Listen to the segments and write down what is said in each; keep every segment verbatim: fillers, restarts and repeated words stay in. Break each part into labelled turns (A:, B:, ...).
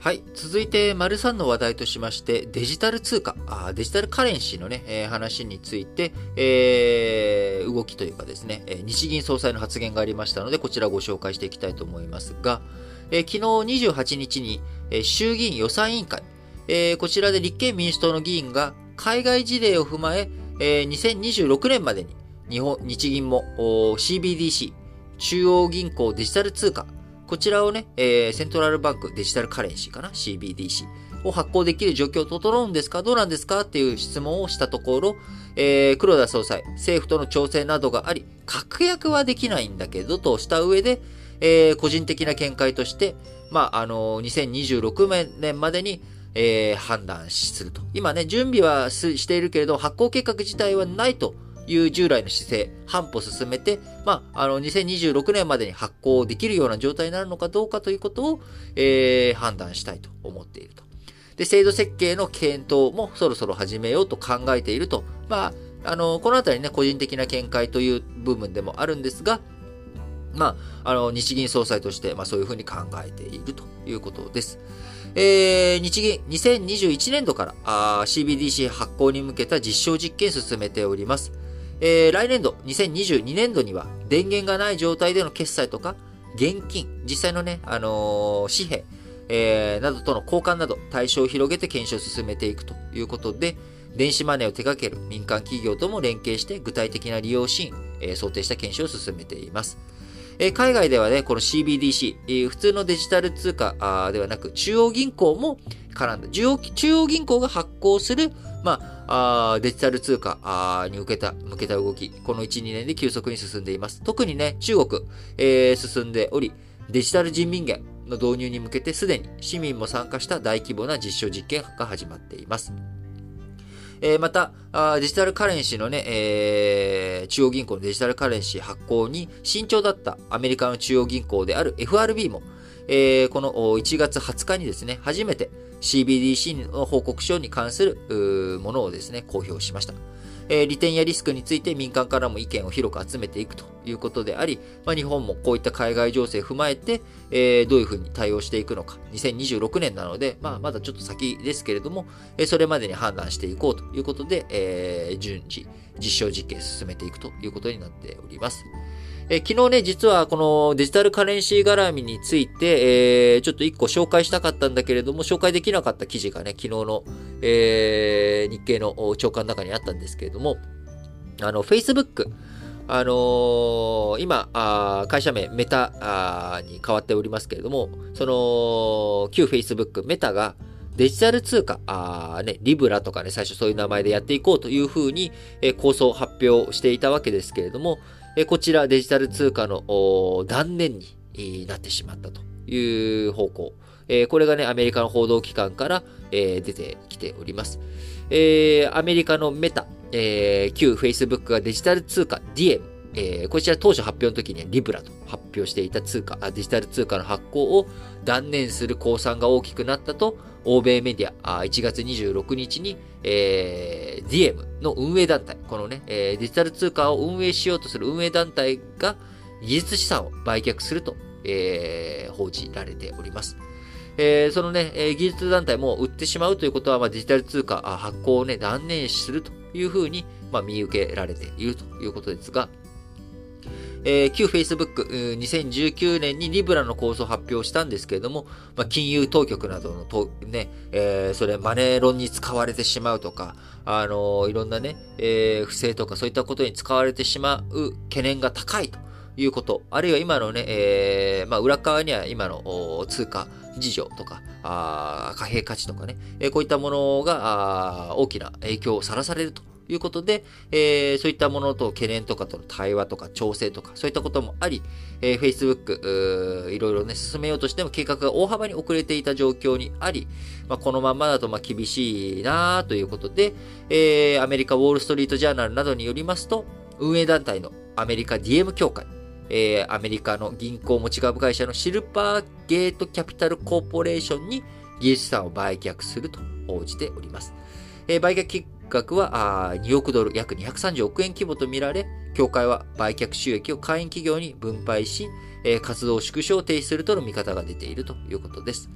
A: はい。続いて、丸さんの話題としまして、デジタル通貨、あデジタルカレンシーのね、えー、話について、えー、動きというかですね、日銀総裁の発言がありましたので、こちらをご紹介していきたいと思いますが、えー、昨日にじゅうはちにちに、えー、衆議院予算委員会、えー、こちらで立憲民主党の議員が、海外事例を踏まえ、えー、にせんにじゅうろくねんまでに、日本、日銀も シービーディーシー、中央銀行デジタル通貨、こちらをね、えー、セントラルバンクデジタルカレンシーかな ?シービーディーシー を発行できる状況整うんですかどうなんですかっていう質問をしたところ、えー、黒田総裁、政府との調整などがあり、確約はできないんだけどとした上で、えー、個人的な見解として、まあ、あのー、にせんにじゅうろくねんまでに、えー、判断すると。今ね、準備はしているけれど、発行計画自体はないという従来の姿勢、半歩進めて、まあ、あの、にせんにじゅうろくねんまでに発行できるような状態になるのかどうかということを、えー、判断したいと思っていると。で、制度設計の検討もそろそろ始めようと考えていると。まあ、あの、このあたりね、個人的な見解という部分でもあるんですが、まあ、あの、日銀総裁として、まあ、そういうふうに考えているということです。えー、日銀、にせんにじゅういちねんどからあ シービーディーシー 発行に向けた実証実験進めております。えー、来年度、にせんにじゅうにねんどには、電源がない状態での決済とか、現金、実際のね、あのー、紙幣、えー、などとの交換など、対象を広げて検証を進めていくということで、電子マネーを手掛ける民間企業とも連携して、具体的な利用シーン、えー、想定した検証を進めています。えー、海外ではね、この シービーディーシー、えー、普通のデジタル通貨ではなく、中央銀行も絡んだ、中央、中央銀行が発行する、まあ、あデジタル通貨に向けた、向けた動き、このいち、にねんで急速に進んでいます。特にね、中国、えー、進んでおり、デジタル人民元の導入に向けてすでに市民も参加した大規模な実証実験が始まっています。えー、またデジタルカレンシーのね、えー、中央銀行のデジタルカレンシー発行に慎重だったアメリカの中央銀行である エフアールビー も、えー、このいちがつはつかにですね、初めて シービーディーシー の報告書に関するものをですね、公表しました。えー、利点やリスクについて民間からも意見を広く集めていくということであり、まあ、日本もこういった海外情勢を踏まえて、えー、どういうふうに対応していくのか、にせんにじゅうろくねんなので、まあ、まだちょっと先ですけれども、えー、それまでに判断していこうということで、えー、順次、実証実験を進めていくということになっております。えー、昨日ね、実はこのデジタルカレンシー絡みについて、えー、ちょっと一個紹介したかったんだけれども、紹介できなかった記事がね、昨日の、えー、日経の朝刊の中にあったんですけれども、あの、Facebook、あのー、今あ、会社名メタに変わっておりますけれども、その、旧 Facebook、メタが、デジタル通貨、あね、リブラとかね、最初そういう名前でやっていこうというふうに、えー、構想を発表していたわけですけれども、えこちらデジタル通貨の断念になってしまったという方向。えこれがね、アメリカの報道機関から、え出てきております。えアメリカのメタ、え旧 Facebook がデジタル通貨 ディーエム、えこちら当初発表の時にはリブラと発表していた通貨、デジタル通貨の発行を断念する公算が大きくなったと、欧米メディア、いちがつにじゅうろくにちに、えー、ディーエム の運営団体、このね、えー、デジタル通貨を運営しようとする運営団体が技術資産を売却すると、えー、報じられております。えー、そのね、えー、技術団体も売ってしまうということは、まあ、デジタル通貨発行をね、断念するというふうに、まあ、見受けられているということですが、えー、旧 Facebook、にせんじゅうきゅうねんにリブラの構想を発表したんですけれども、まあ、金融当局などのと、ね、えー、それマネーロンに使われてしまうとか、あのー、いろんなね、えー、不正とかそういったことに使われてしまう懸念が高いということ、あるいは今のね、えー、まあ、裏側には今の通貨事情とか、あ貨幣価値とかね、えー、こういったものがあ大きな影響をさらされるとということで、えー、そういったものと懸念とかとの対話とか調整とかそういったこともあり、えー、Facebook いろいろね進めようとしても計画が大幅に遅れていた状況にあり、まあ、このまんまだとまあ厳しいなということで、えー、アメリカウォールストリートジャーナルなどによりますと、運営団体のアメリカ ディーエム 協会、えー、アメリカの銀行持ち株会社のシルバーゲートキャピタルコーポレーションに技術資産を売却すると報じております。えー、売却額はにおくドル、約にひゃくさんじゅうおくえん規模とみられ、協会は売却収益を会員企業に分配し、えー、活動縮小を停止するとの見方が出ているということです。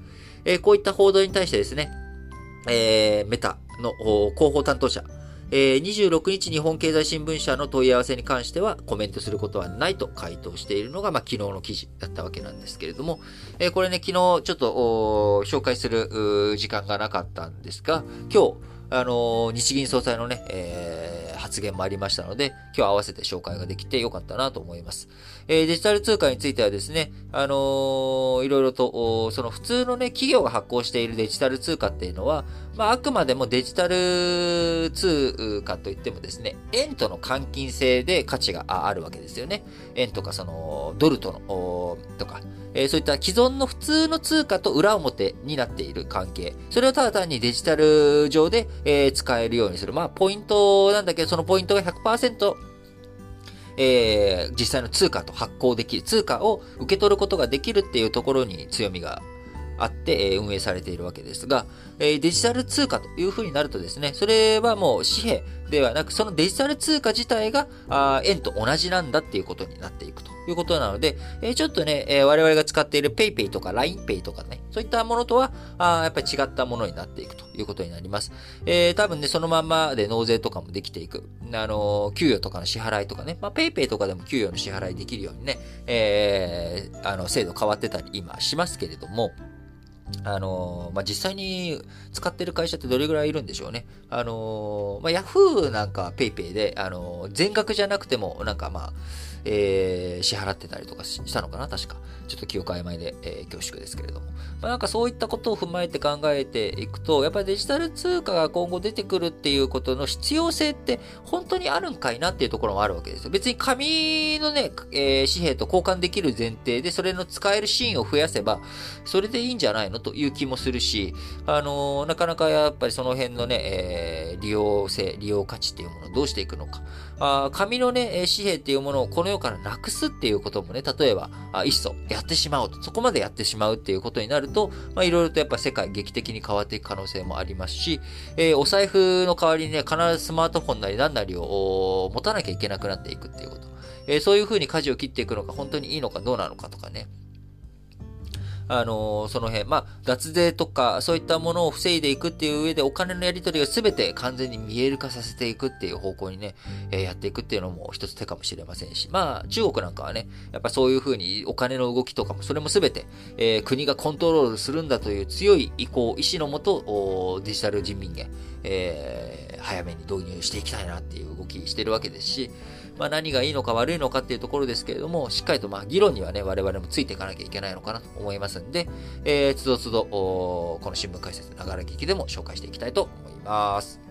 A: えー、こういった報道に対してですね、えー、メタの広報担当者、えー、にじゅうろくにち日本経済新聞社の問い合わせに関してはコメントすることはないと回答しているのが、まあ、昨日の記事だったわけなんですけれども、えー、これね、昨日ちょっと紹介する時間がなかったんですが、今日、あのー、日銀総裁のね、えー、発言もありましたので、今日合わせて紹介ができてよかったなと思います。えー、デジタル通貨についてはですね、あのー、いろいろと、その普通のね、企業が発行しているデジタル通貨っていうのは、まあ、あくまでもデジタル通貨といってもですね、円との換金性で価値があるわけですよね。円とかその、ドルとの、とか、えー、そういった既存の普通の通貨と裏表になっている関係。それをただ単にデジタル上で、えー、使えるようにする。まあ、ポイントなんだけど、そのポイントが ひゃくパーセント、えー、実際の通貨と発行できる、通貨を受け取ることができるっていうところに強みがあって、えー、運営されているわけですが、えー、デジタル通貨という風になるとですね、それはもう紙幣ではなく、そのデジタル通貨自体があ円と同じなんだっていうことになっていくということなので、えー、ちょっとね、えー、我々が使っている PayPay とか ラインペイ とかね、そういったものとはあやっぱり違ったものになっていくということになります。えー、多分ね、そのまんまで納税とかもできていく。あのー、給与とかの支払いとかね、まあ PayPay とかでも給与の支払いできるようにね、えー、あの制度変わってたり今しますけれども、あのー、まあ、実際に使ってる会社ってどれぐらいいるんでしょうね。あのー、まあ、Yahoo なんか PayPay で、あのー、全額じゃなくても、なんかまあ、えー、支払ってたりとかしたのかな、確か。ちょっと記憶曖昧で、えー、恐縮ですけれども。まあ、なんかそういったことを踏まえて考えていくと、やっぱりデジタル通貨が今後出てくるっていうことの必要性って本当にあるんかいなっていうところもあるわけですよ。別に紙のね、えー、紙幣と交換できる前提で、それの使えるシーンを増やせば、それでいいんじゃないのという気もするし、あのー、なかなかやっぱりその辺のね、えー、利用性、利用価値っていうものをどうしていくのか。あ紙のね、紙幣っていうものをこの世からなくすっていうこともね、例えば、あいっそやってしまうと、そこまでやってしまうっていうことになると、まあいろいろとやっぱ世界劇的に変わっていく可能性もありますし、えー、お財布の代わりにね、必ずスマートフォンなり何なりを持たなきゃいけなくなっていくっていうこと。えー、そういうふうに舵を切っていくのが本当にいいのかどうなのかとかね。あのー、その辺、まあ、脱税とか、そういったものを防いでいくっていう上で、お金のやり取りが全て完全に見える化させていくっていう方向にね、えー、やっていくっていうのも一つ手かもしれませんし、まあ、中国なんかはね、やっぱそういう風にお金の動きとかも、それも全て、えー、国がコントロールするんだという強い意向、意志のもと、デジタル人民元、えー、早めに導入していきたいなっていう動きしてるわけですし、まあ何がいいのか悪いのかっていうところですけれども、しっかりとまあ議論にはね、我々もついていかなきゃいけないのかなと思いますんで、えー、つどつど、この新聞解説、ながら聞きでも紹介していきたいと思います。